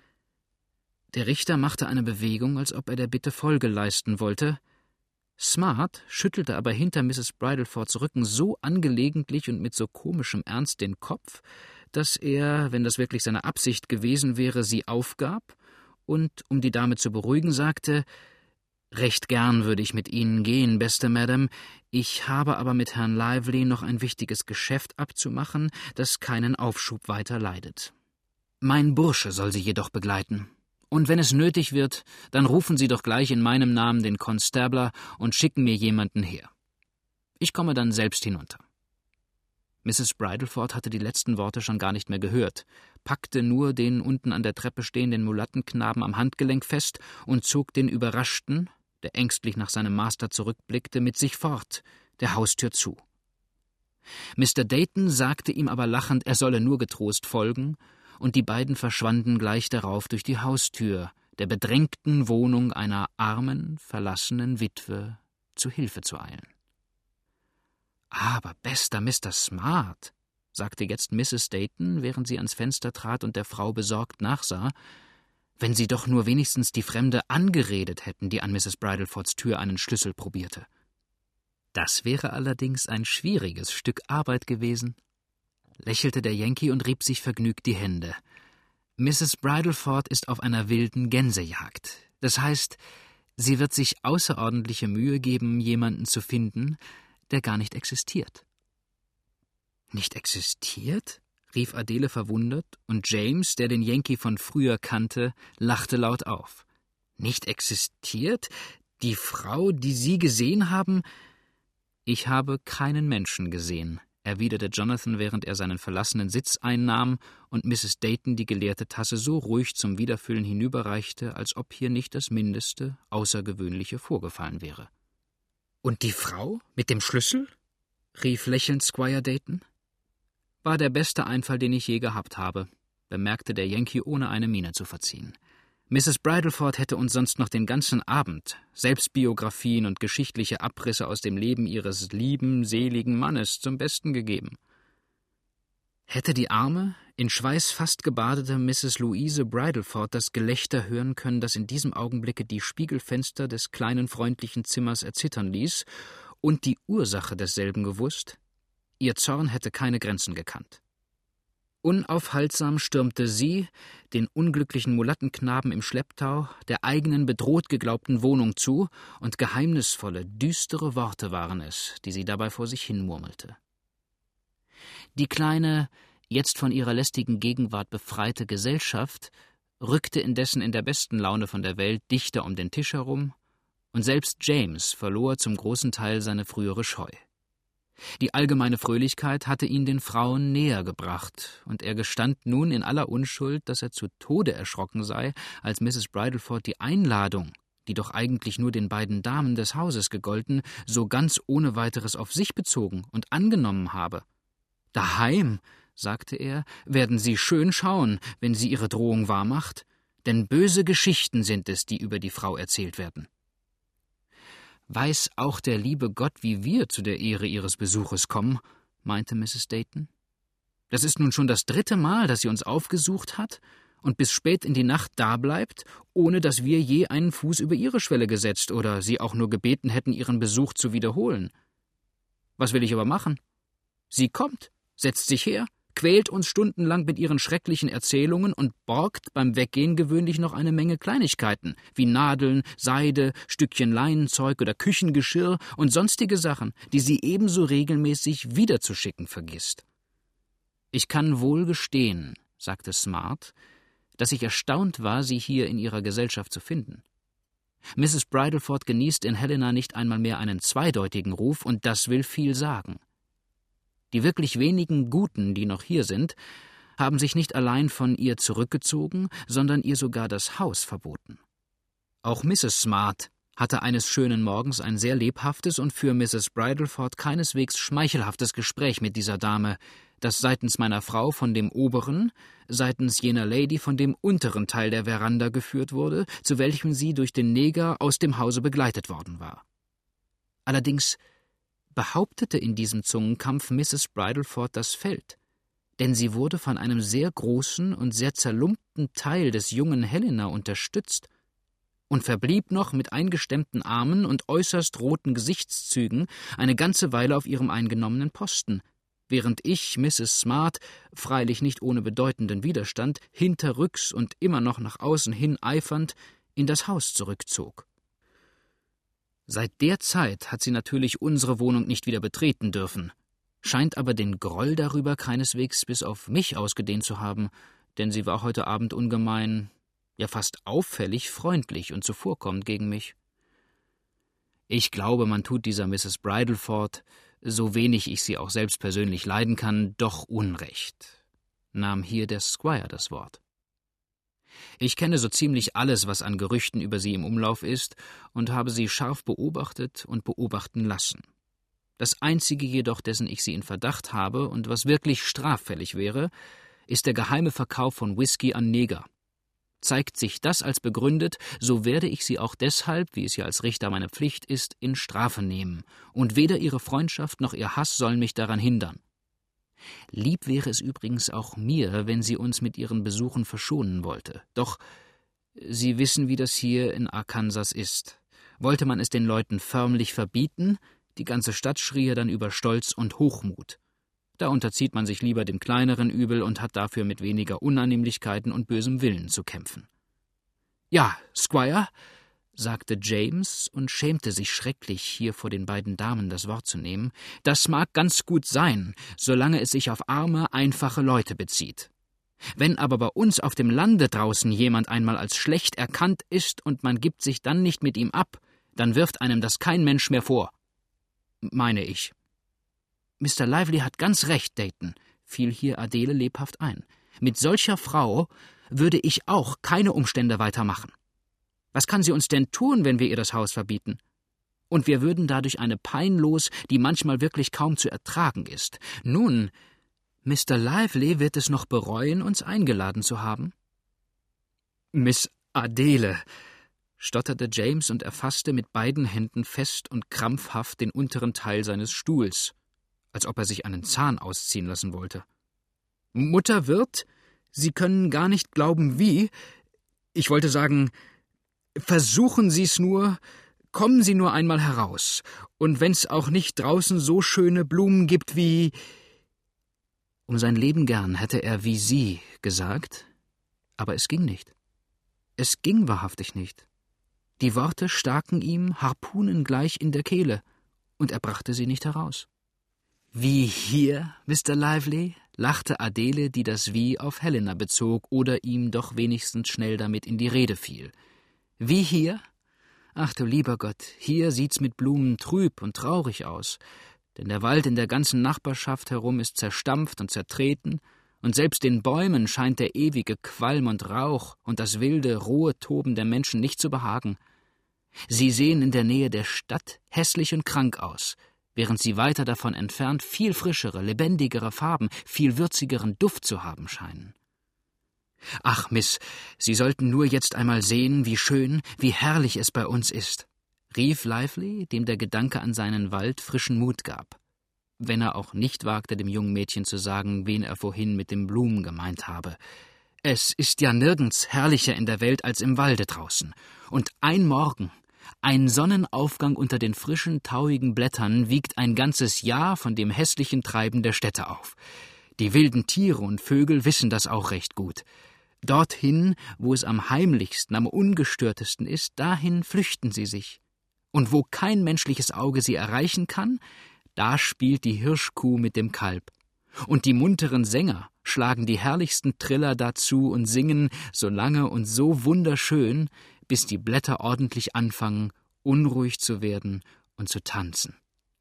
Der Richter machte eine Bewegung, als ob er der Bitte Folge leisten wollte. Smart schüttelte aber hinter Misses Bridlefords Rücken so angelegentlich und mit so komischem Ernst den Kopf, dass er, wenn das wirklich seine Absicht gewesen wäre, sie aufgab und, um die Dame zu beruhigen, sagte: »Recht gern würde ich mit Ihnen gehen, beste Madame. Ich habe aber mit Herrn Lively noch ein wichtiges Geschäft abzumachen, das keinen Aufschub weiter leidet. Mein Bursche soll Sie jedoch begleiten. Und wenn es nötig wird, dann rufen Sie doch gleich in meinem Namen den Constabler und schicken mir jemanden her. Ich komme dann selbst hinunter.« Misses Bridleford hatte die letzten Worte schon gar nicht mehr gehört, packte nur den unten an der Treppe stehenden Mulattenknaben am Handgelenk fest und zog den Überraschten, der ängstlich nach seinem Master zurückblickte, mit sich fort, der Haustür zu. Mister Dayton sagte ihm aber lachend, er solle nur getrost folgen, und die beiden verschwanden gleich darauf durch die Haustür der bedrängten Wohnung einer armen, verlassenen Witwe zu Hilfe zu eilen. »Aber bester Mister Smart«, sagte jetzt Misses Dayton, während sie ans Fenster trat und der Frau besorgt nachsah, »wenn Sie doch nur wenigstens die Fremde angeredet hätten, die an Misses Bridlefords Tür einen Schlüssel probierte.« »Das wäre allerdings ein schwieriges Stück Arbeit gewesen«, lächelte der Yankee und rieb sich vergnügt die Hände. »Misses Bridleford ist auf einer wilden Gänsejagd. Das heißt, sie wird sich außerordentliche Mühe geben, jemanden zu finden, der gar nicht existiert.« »Nicht existiert?« rief Adele verwundert, und James, der den Yankee von früher kannte, lachte laut auf. »Nicht existiert? Die Frau, die Sie gesehen haben?« »Ich habe keinen Menschen gesehen«, erwiderte Jonathan, während er seinen verlassenen Sitz einnahm und Misses Dayton die geleerte Tasse so ruhig zum Wiederfüllen hinüberreichte, als ob hier nicht das Mindeste Außergewöhnliche vorgefallen wäre. »Und die Frau mit dem Schlüssel?« rief lächelnd Squire Dayton. »War der beste Einfall, den ich je gehabt habe«, bemerkte der Yankee, ohne eine Miene zu verziehen. »Misses Bridleford hätte uns sonst noch den ganzen Abend Selbstbiografien und geschichtliche Abrisse aus dem Leben ihres lieben, seligen Mannes zum Besten gegeben. Hätte die arme, in Schweiß fast gebadete Misses Louise Bridleford das Gelächter hören können, das in diesem Augenblicke die Spiegelfenster des kleinen freundlichen Zimmers erzittern ließ, und die Ursache desselben gewusst, ihr Zorn hätte keine Grenzen gekannt. Unaufhaltsam stürmte sie, den unglücklichen Mulattenknaben im Schlepptau, der eigenen bedroht geglaubten Wohnung zu, und geheimnisvolle, düstere Worte waren es, die sie dabei vor sich hin murmelte. Die kleine, jetzt von ihrer lästigen Gegenwart befreite Gesellschaft rückte indessen in der besten Laune von der Welt dichter um den Tisch herum, und selbst James verlor zum großen Teil seine frühere Scheu. Die allgemeine Fröhlichkeit hatte ihn den Frauen näher gebracht, und er gestand nun in aller Unschuld, dass er zu Tode erschrocken sei, als Misses Bridleford die Einladung, die doch eigentlich nur den beiden Damen des Hauses gegolten, so ganz ohne weiteres auf sich bezogen und angenommen habe. »Daheim«, sagte er, »werden Sie schön schauen, wenn sie ihre Drohung wahrmacht, denn böse Geschichten sind es, die über die Frau erzählt werden.« »Weiß auch der liebe Gott, wie wir zu der Ehre Ihres Besuches kommen«, meinte Misses Dayton. »Das ist nun schon das dritte Mal, dass sie uns aufgesucht hat, und bis spät in die Nacht dableibt, ohne dass wir je einen Fuß über ihre Schwelle gesetzt oder sie auch nur gebeten hätten, ihren Besuch zu wiederholen. Was will ich aber machen? Sie kommt, setzt sich her, quält uns stundenlang mit ihren schrecklichen Erzählungen und borgt beim Weggehen gewöhnlich noch eine Menge Kleinigkeiten, wie Nadeln, Seide, Stückchen Leinenzeug oder Küchengeschirr und sonstige Sachen, die sie ebenso regelmäßig wiederzuschicken vergisst. »Ich kann wohl gestehen«, sagte Smart, »dass ich erstaunt war, Sie hier in Ihrer Gesellschaft zu finden. Misses Bridleford genießt in Helena nicht einmal mehr einen zweideutigen Ruf, und das will viel sagen. Die wirklich wenigen Guten, die noch hier sind, haben sich nicht allein von ihr zurückgezogen, sondern ihr sogar das Haus verboten. Auch Misses Smart hatte eines schönen Morgens ein sehr lebhaftes und für Misses Bridleford keineswegs schmeichelhaftes Gespräch mit dieser Dame, das seitens meiner Frau von dem oberen, seitens jener Lady von dem unteren Teil der Veranda geführt wurde, zu welchem sie durch den Neger aus dem Hause begleitet worden war. Allerdings behauptete in diesem Zungenkampf Misses Bridleford das Feld, denn sie wurde von einem sehr großen und sehr zerlumpten Teil des jungen Helena unterstützt und verblieb noch mit eingestemmten Armen und äußerst roten Gesichtszügen eine ganze Weile auf ihrem eingenommenen Posten, während ich Misses Smart, freilich nicht ohne bedeutenden Widerstand, hinterrücks und immer noch nach außen hin eifernd, in das Haus zurückzog. Seit der Zeit hat sie natürlich unsere Wohnung nicht wieder betreten dürfen, scheint aber den Groll darüber keineswegs bis auf mich ausgedehnt zu haben, denn sie war heute Abend ungemein, ja fast auffällig freundlich und zuvorkommend gegen mich. Ich glaube, man tut dieser Misses Bridleford, so wenig ich sie auch selbst persönlich leiden kann, doch Unrecht, nahm hier der Squire das Wort. Ich kenne so ziemlich alles, was an Gerüchten über sie im Umlauf ist, und habe sie scharf beobachtet und beobachten lassen. Das Einzige jedoch, dessen ich sie in Verdacht habe und was wirklich straffällig wäre, ist der geheime Verkauf von Whisky an Neger. Zeigt sich das als begründet, so werde ich sie auch deshalb, wie es ja als Richter meine Pflicht ist, in Strafe nehmen, und weder ihre Freundschaft noch ihr Hass sollen mich daran hindern. Lieb wäre es übrigens auch mir, wenn sie uns mit ihren Besuchen verschonen wollte. Doch Sie wissen, wie das hier in Arkansas ist. Wollte man es den Leuten förmlich verbieten, die ganze Stadt schrie dann über Stolz und Hochmut. Da unterzieht man sich lieber dem kleineren Übel und hat dafür mit weniger Unannehmlichkeiten und bösem Willen zu kämpfen. »Ja, Squire«, sagte James und schämte sich schrecklich, hier vor den beiden Damen das Wort zu nehmen, »das mag ganz gut sein, solange es sich auf arme, einfache Leute bezieht. Wenn aber bei uns auf dem Lande draußen jemand einmal als schlecht erkannt ist und man gibt sich dann nicht mit ihm ab, dann wirft einem das kein Mensch mehr vor. Meine ich.« »Mister Lively hat ganz recht, Dayton«, fiel hier Adele lebhaft ein. »Mit solcher Frau würde ich auch keine Umstände weitermachen. Was kann sie uns denn tun, wenn wir ihr das Haus verbieten? Und wir würden dadurch eine Pein los, die manchmal wirklich kaum zu ertragen ist. Nun, Mister Lively wird es noch bereuen, uns eingeladen zu haben.« »Miss Adele«, stotterte James und erfasste mit beiden Händen fest und krampfhaft den unteren Teil seines Stuhls, als ob er sich einen Zahn ausziehen lassen wollte. »Mutter wird, Sie können gar nicht glauben, wie, ich wollte sagen, versuchen Sie's nur, kommen Sie nur einmal heraus, und wenn's auch nicht draußen so schöne Blumen gibt wie...« Um sein Leben gern hätte er wie Sie gesagt, aber es ging nicht. Es ging wahrhaftig nicht. Die Worte staken ihm harpunengleich in der Kehle, und er brachte sie nicht heraus. »Wie hier, Mister Lively?« lachte Adele, die das Wie auf Helena bezog oder ihm doch wenigstens schnell damit in die Rede fiel. »Wie hier? Ach du lieber Gott, hier sieht's mit Blumen trüb und traurig aus, denn der Wald in der ganzen Nachbarschaft herum ist zerstampft und zertreten, und selbst den Bäumen scheint der ewige Qualm und Rauch und das wilde, rohe Toben der Menschen nicht zu behagen. Sie sehen in der Nähe der Stadt hässlich und krank aus, während sie weiter davon entfernt viel frischere, lebendigere Farben, viel würzigeren Duft zu haben scheinen. Ach, Miss, Sie sollten nur jetzt einmal sehen, wie schön, wie herrlich es bei uns ist«, rief Lively, dem der Gedanke an seinen Wald frischen Mut gab, wenn er auch nicht wagte, dem jungen Mädchen zu sagen, wen er vorhin mit den Blumen gemeint habe. Es ist ja nirgends herrlicher in der Welt als im Walde draußen. Und ein Morgen, ein Sonnenaufgang unter den frischen, tauigen Blättern wiegt ein ganzes Jahr von dem hässlichen Treiben der Städte auf. Die wilden Tiere und Vögel wissen das auch recht gut. Dorthin, wo es am heimlichsten, am ungestörtesten ist, dahin flüchten sie sich. Und wo kein menschliches Auge sie erreichen kann, da spielt die Hirschkuh mit dem Kalb. Und die munteren Sänger schlagen die herrlichsten Triller dazu und singen so lange und so wunderschön, bis die Blätter ordentlich anfangen, unruhig zu werden und zu tanzen.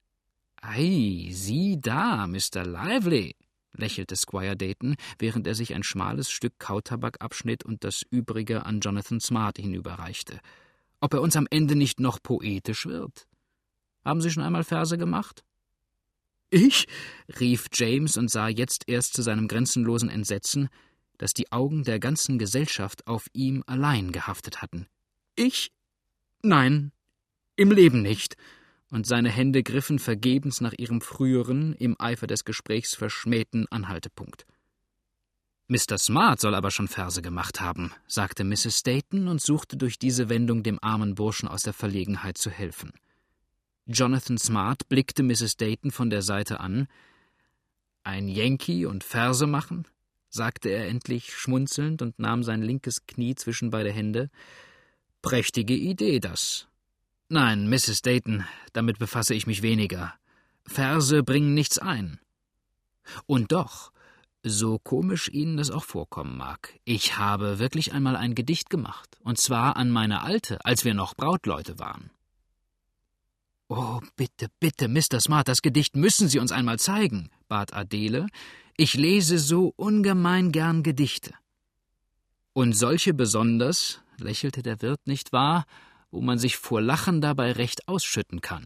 »Ei, sieh da, Mister Lively«, lächelte Squire Dayton, während er sich ein schmales Stück Kautabak abschnitt und das übrige an Jonathan Smart hinüberreichte. »Ob er uns am Ende nicht noch poetisch wird? Haben Sie schon einmal Verse gemacht?« »Ich?« rief James und sah jetzt erst zu seinem grenzenlosen Entsetzen, dass die Augen der ganzen Gesellschaft auf ihm allein gehaftet hatten. »Ich? Nein, im Leben nicht.« Und seine Hände griffen vergebens nach ihrem früheren, im Eifer des Gesprächs verschmähten Anhaltepunkt. »Mister Smart soll aber schon Verse gemacht haben«, sagte Misses Dayton und suchte durch diese Wendung dem armen Burschen aus der Verlegenheit zu helfen. Jonathan Smart blickte Misses Dayton von der Seite an. »Ein Yankee und Verse machen?« sagte er endlich schmunzelnd und nahm sein linkes Knie zwischen beide Hände. »Prächtige Idee, das. Nein, Misses Dayton, damit befasse ich mich weniger. Verse bringen nichts ein. Und doch, so komisch Ihnen das auch vorkommen mag, ich habe wirklich einmal ein Gedicht gemacht, und zwar an meine Alte, als wir noch Brautleute waren.« »Oh, bitte, bitte, Mister Smart, das Gedicht müssen Sie uns einmal zeigen«, bat Adele. »Ich lese so ungemein gern Gedichte.« »Und solche besonders«, lächelte der Wirt, »nicht wahr, wo man sich vor Lachen dabei recht ausschütten kann.«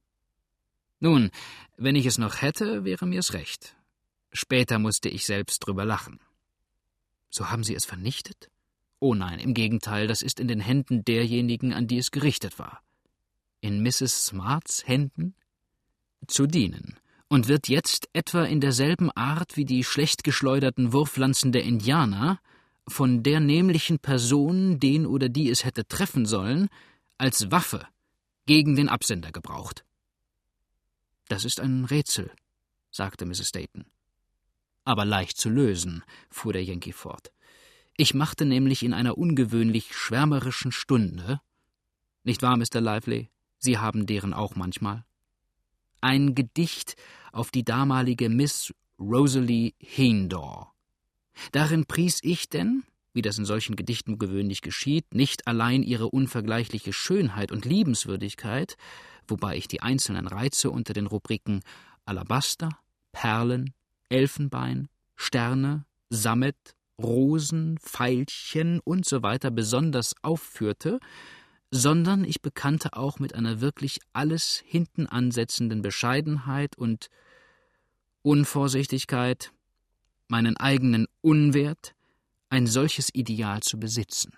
»Nun, wenn ich es noch hätte, wäre mir's recht. Später musste ich selbst drüber lachen.« »So haben Sie es vernichtet?« »Oh nein, im Gegenteil, das ist in den Händen derjenigen, an die es gerichtet war.« »In Misses Smarts Händen?« »Zu dienen. Und wird jetzt etwa in derselben Art wie die schlecht geschleuderten Wurflanzen der Indianer von der nämlichen Person, den oder die es hätte treffen sollen, als Waffe gegen den Absender gebraucht.« »Das ist ein Rätsel«, sagte Misses Dayton. »Aber leicht zu lösen«, fuhr der Yankee fort. »Ich machte nämlich in einer ungewöhnlich schwärmerischen Stunde, nicht wahr, Mister Lively? Sie haben deren auch manchmal, ein Gedicht auf die damalige Miss Rosalie Hindore. Darin pries ich denn, wie das in solchen Gedichten gewöhnlich geschieht, nicht allein ihre unvergleichliche Schönheit und Liebenswürdigkeit, wobei ich die einzelnen Reize unter den Rubriken Alabaster, Perlen, Elfenbein, Sterne, Sammet, Rosen, Veilchen und so weiter besonders aufführte, sondern ich bekannte auch mit einer wirklich alles hinten ansetzenden Bescheidenheit und Unvorsichtigkeit meinen eigenen Unwert, ein solches Ideal zu besitzen.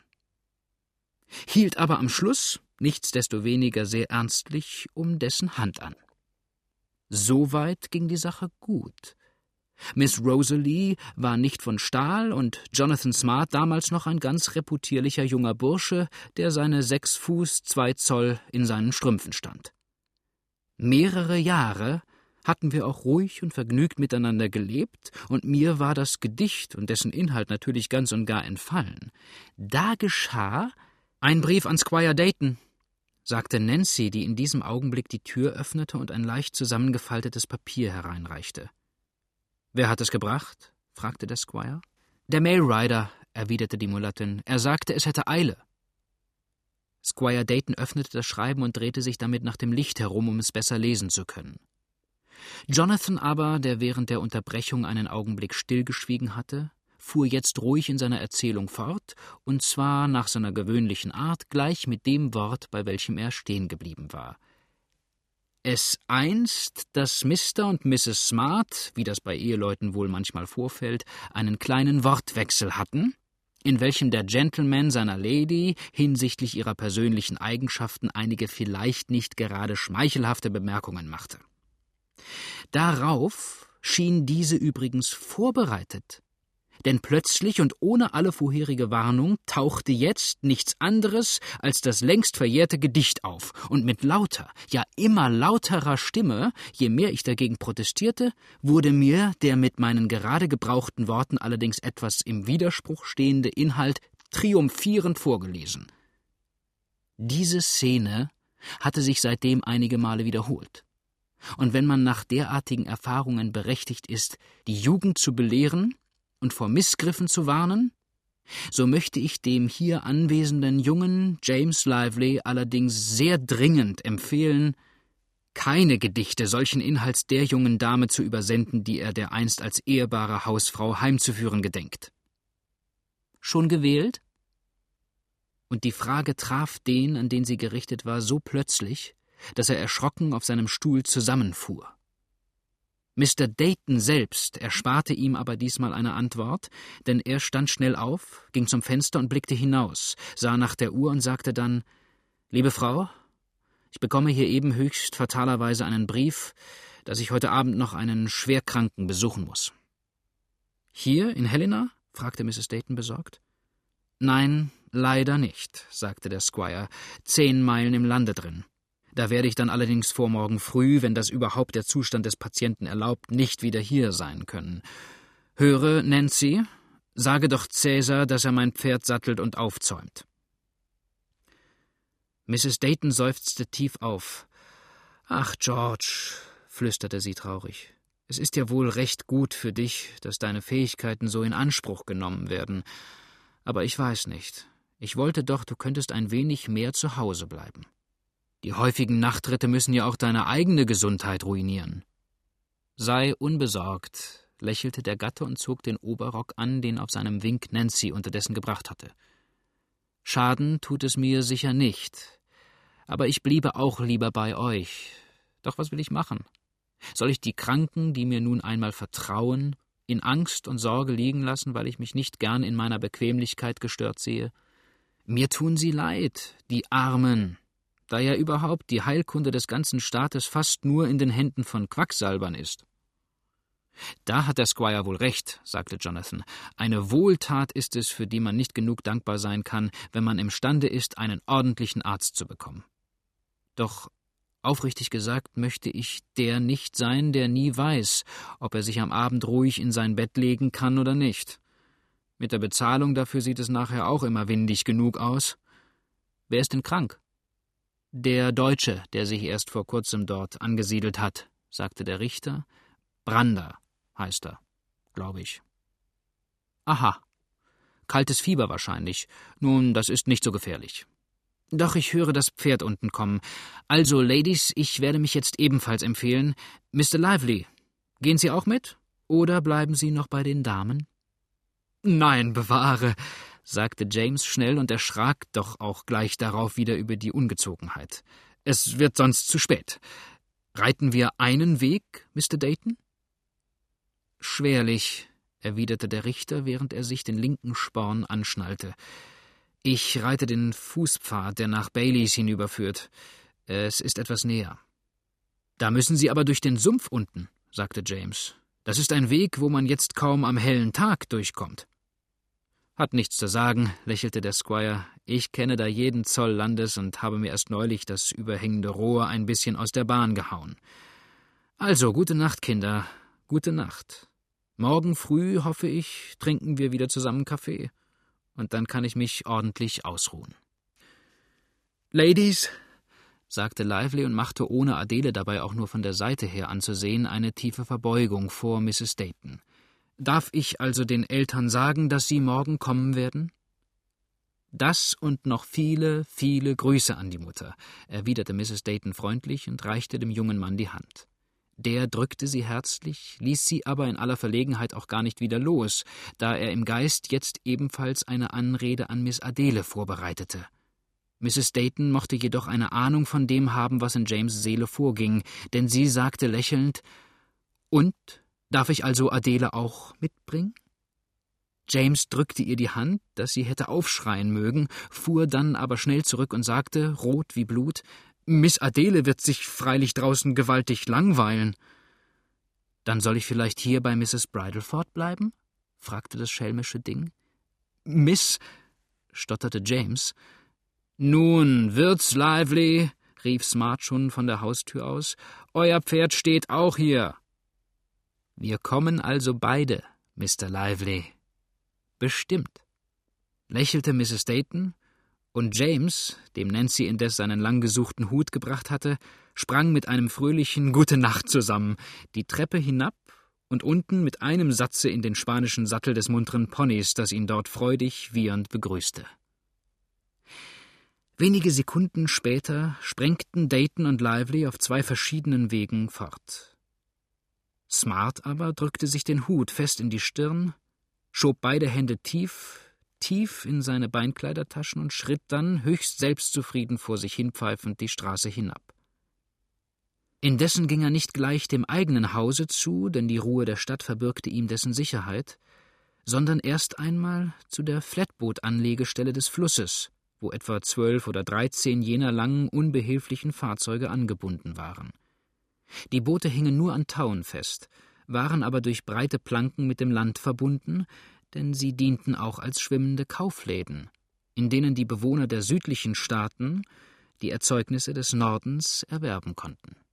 Hielt aber am Schluss, nichtsdestoweniger sehr ernstlich, um dessen Hand an. Soweit ging die Sache gut. Miss Rosalie war nicht von Stahl und Jonathan Smart damals noch ein ganz reputierlicher junger Bursche, der seine sechs Fuß zwei Zoll in seinen Strümpfen stand. Mehrere Jahre hatten wir auch ruhig und vergnügt miteinander gelebt, und mir war das Gedicht und dessen Inhalt natürlich ganz und gar entfallen. Da geschah ein Brief an Squire Dayton, sagte Nancy, die in diesem Augenblick die Tür öffnete und ein leicht zusammengefaltetes Papier hereinreichte. »Wer hat es gebracht?« fragte der Squire. »Der Mailrider«, erwiderte die Mulattin. »Er sagte, es hätte Eile.« Squire Dayton öffnete das Schreiben und drehte sich damit nach dem Licht herum, um es besser lesen zu können. Jonathan aber, der während der Unterbrechung einen Augenblick stillgeschwiegen hatte, fuhr jetzt ruhig in seiner Erzählung fort, und zwar nach seiner gewöhnlichen Art gleich mit dem Wort, bei welchem er stehen geblieben war. Es einst, dass Mister und Misses Smart, wie das bei Eheleuten wohl manchmal vorfällt, einen kleinen Wortwechsel hatten, in welchem der Gentleman seiner Lady hinsichtlich ihrer persönlichen Eigenschaften einige vielleicht nicht gerade schmeichelhafte Bemerkungen machte. Darauf schien diese übrigens vorbereitet, Denn plötzlich und ohne alle vorherige Warnung tauchte jetzt nichts anderes als das längst verjährte Gedicht auf, und mit lauter, ja immer lauterer Stimme, je mehr ich dagegen protestierte, wurde mir der mit meinen gerade gebrauchten Worten allerdings etwas im Widerspruch stehende Inhalt triumphierend vorgelesen. Diese Szene hatte sich seitdem einige Male wiederholt. Und wenn man nach derartigen Erfahrungen berechtigt ist, die Jugend zu belehren und vor Missgriffen zu warnen, so möchte ich dem hier anwesenden jungen James Lively allerdings sehr dringend empfehlen, keine Gedichte solchen Inhalts der jungen Dame zu übersenden, die er dereinst als ehrbare Hausfrau heimzuführen gedenkt. Schon gewählt? Und die Frage traf den, an den sie gerichtet war, so plötzlich, dass er erschrocken auf seinem Stuhl zusammenfuhr. Mister Dayton selbst ersparte ihm aber diesmal eine Antwort, denn er stand schnell auf, ging zum Fenster und blickte hinaus, sah nach der Uhr und sagte dann: »Liebe Frau, ich bekomme hier eben höchst fatalerweise einen Brief, dass ich heute Abend noch einen Schwerkranken besuchen muss.« »Hier in Helena?« fragte Misses Dayton besorgt. »Nein, leider nicht«, sagte der Squire, »zehn Meilen im Lande drin. Da werde ich dann allerdings vor morgen früh, wenn das überhaupt der Zustand des Patienten erlaubt, nicht wieder hier sein können. Höre, Nancy, sage doch Cäsar, dass er mein Pferd sattelt und aufzäumt.« Misses Dayton seufzte tief auf. »Ach, George«, flüsterte sie traurig, »es ist ja wohl recht gut für dich, dass deine Fähigkeiten so in Anspruch genommen werden. Aber ich weiß nicht. Ich wollte doch, du könntest ein wenig mehr zu Hause bleiben. Die häufigen Nachtritte müssen ja auch deine eigene Gesundheit ruinieren.« »Sei unbesorgt«, lächelte der Gatte und zog den Oberrock an, den auf seinem Wink Nancy unterdessen gebracht hatte. »Schaden tut es mir sicher nicht, aber ich bliebe auch lieber bei euch. Doch was will ich machen? Soll ich die Kranken, die mir nun einmal vertrauen, in Angst und Sorge liegen lassen, weil ich mich nicht gern in meiner Bequemlichkeit gestört sehe? Mir tun sie leid, die Armen, da ja überhaupt die Heilkunde des ganzen Staates fast nur in den Händen von Quacksalbern ist.« »Da hat der Squire wohl recht«, sagte Jonathan. »Eine Wohltat ist es, für die man nicht genug dankbar sein kann, wenn man imstande ist, einen ordentlichen Arzt zu bekommen. Doch aufrichtig gesagt möchte ich der nicht sein, der nie weiß, ob er sich am Abend ruhig in sein Bett legen kann oder nicht. Mit der Bezahlung dafür sieht es nachher auch immer windig genug aus. Wer ist denn krank?« »Der Deutsche, der sich erst vor kurzem dort angesiedelt hat«, sagte der Richter. »Brander heißt er, glaube ich.« »Aha, kaltes Fieber wahrscheinlich. Nun, das ist nicht so gefährlich. Doch ich höre das Pferd unten kommen. Also, Ladies, ich werde mich jetzt ebenfalls empfehlen. Mister Lively, gehen Sie auch mit? Oder bleiben Sie noch bei den Damen?« »Nein, bewahre«, sagte James schnell und erschrak doch auch gleich darauf wieder über die Ungezogenheit. »Es wird sonst zu spät. Reiten wir einen Weg, Mister Dayton?« »Schwerlich«, erwiderte der Richter, während er sich den linken Sporn anschnallte. »Ich reite den Fußpfad, der nach Baileys hinüberführt. Es ist etwas näher.« »Da müssen Sie aber durch den Sumpf unten«, sagte James. »Das ist ein Weg, wo man jetzt kaum am hellen Tag durchkommt.« »Hat nichts zu sagen«, lächelte der Squire. »Ich kenne da jeden Zoll Landes und habe mir erst neulich das überhängende Rohr ein bisschen aus der Bahn gehauen. Also, gute Nacht, Kinder, gute Nacht. Morgen früh, hoffe ich, trinken wir wieder zusammen Kaffee, und dann kann ich mich ordentlich ausruhen.« »Ladies«, sagte Lively und machte, ohne Adele dabei auch nur von der Seite her anzusehen, eine tiefe Verbeugung vor Misses Dayton. »Darf ich also den Eltern sagen, dass Sie morgen kommen werden?« »Das und noch viele, viele Grüße an die Mutter«, erwiderte Misses Dayton freundlich und reichte dem jungen Mann die Hand. Der drückte sie herzlich, ließ sie aber in aller Verlegenheit auch gar nicht wieder los, da er im Geist jetzt ebenfalls eine Anrede an Miss Adele vorbereitete. Misses Dayton mochte jedoch eine Ahnung von dem haben, was in James' Seele vorging, denn sie sagte lächelnd: »Und, darf ich also Adele auch mitbringen?« James drückte ihr die Hand, dass sie hätte aufschreien mögen, fuhr dann aber schnell zurück und sagte, rot wie Blut: »Miss Adele wird sich freilich draußen gewaltig langweilen.« »Dann soll ich vielleicht hier bei Misses Bridleford bleiben?« fragte das schelmische Ding. »Miss«, stotterte James. »Nun, wird's, Lively«, rief Smart schon von der Haustür aus. »Euer Pferd steht auch hier.« »Wir kommen also beide, Mister Lively.« »Bestimmt«, lächelte Misses Dayton, und James, dem Nancy indes seinen langgesuchten Hut gebracht hatte, sprang mit einem fröhlichen »Gute Nacht« zusammen, die Treppe hinab und unten mit einem Satze in den spanischen Sattel des munteren Ponys, das ihn dort freudig wiehernd begrüßte. Wenige Sekunden später sprengten Dayton und Lively auf zwei verschiedenen Wegen fort. Smart aber drückte sich den Hut fest in die Stirn, schob beide Hände tief, tief in seine Beinkleidertaschen und schritt dann, höchst selbstzufrieden vor sich hinpfeifend, die Straße hinab. Indessen ging er nicht gleich dem eigenen Hause zu, denn die Ruhe der Stadt verbürgte ihm dessen Sicherheit, sondern erst einmal zu der Flatboot-Anlegestelle des Flusses, wo etwa zwölf oder dreizehn jener langen, unbehilflichen Fahrzeuge angebunden waren. Die Boote hingen nur an Tauen fest, waren aber durch breite Planken mit dem Land verbunden, denn sie dienten auch als schwimmende Kaufläden, in denen die Bewohner der südlichen Staaten die Erzeugnisse des Nordens erwerben konnten.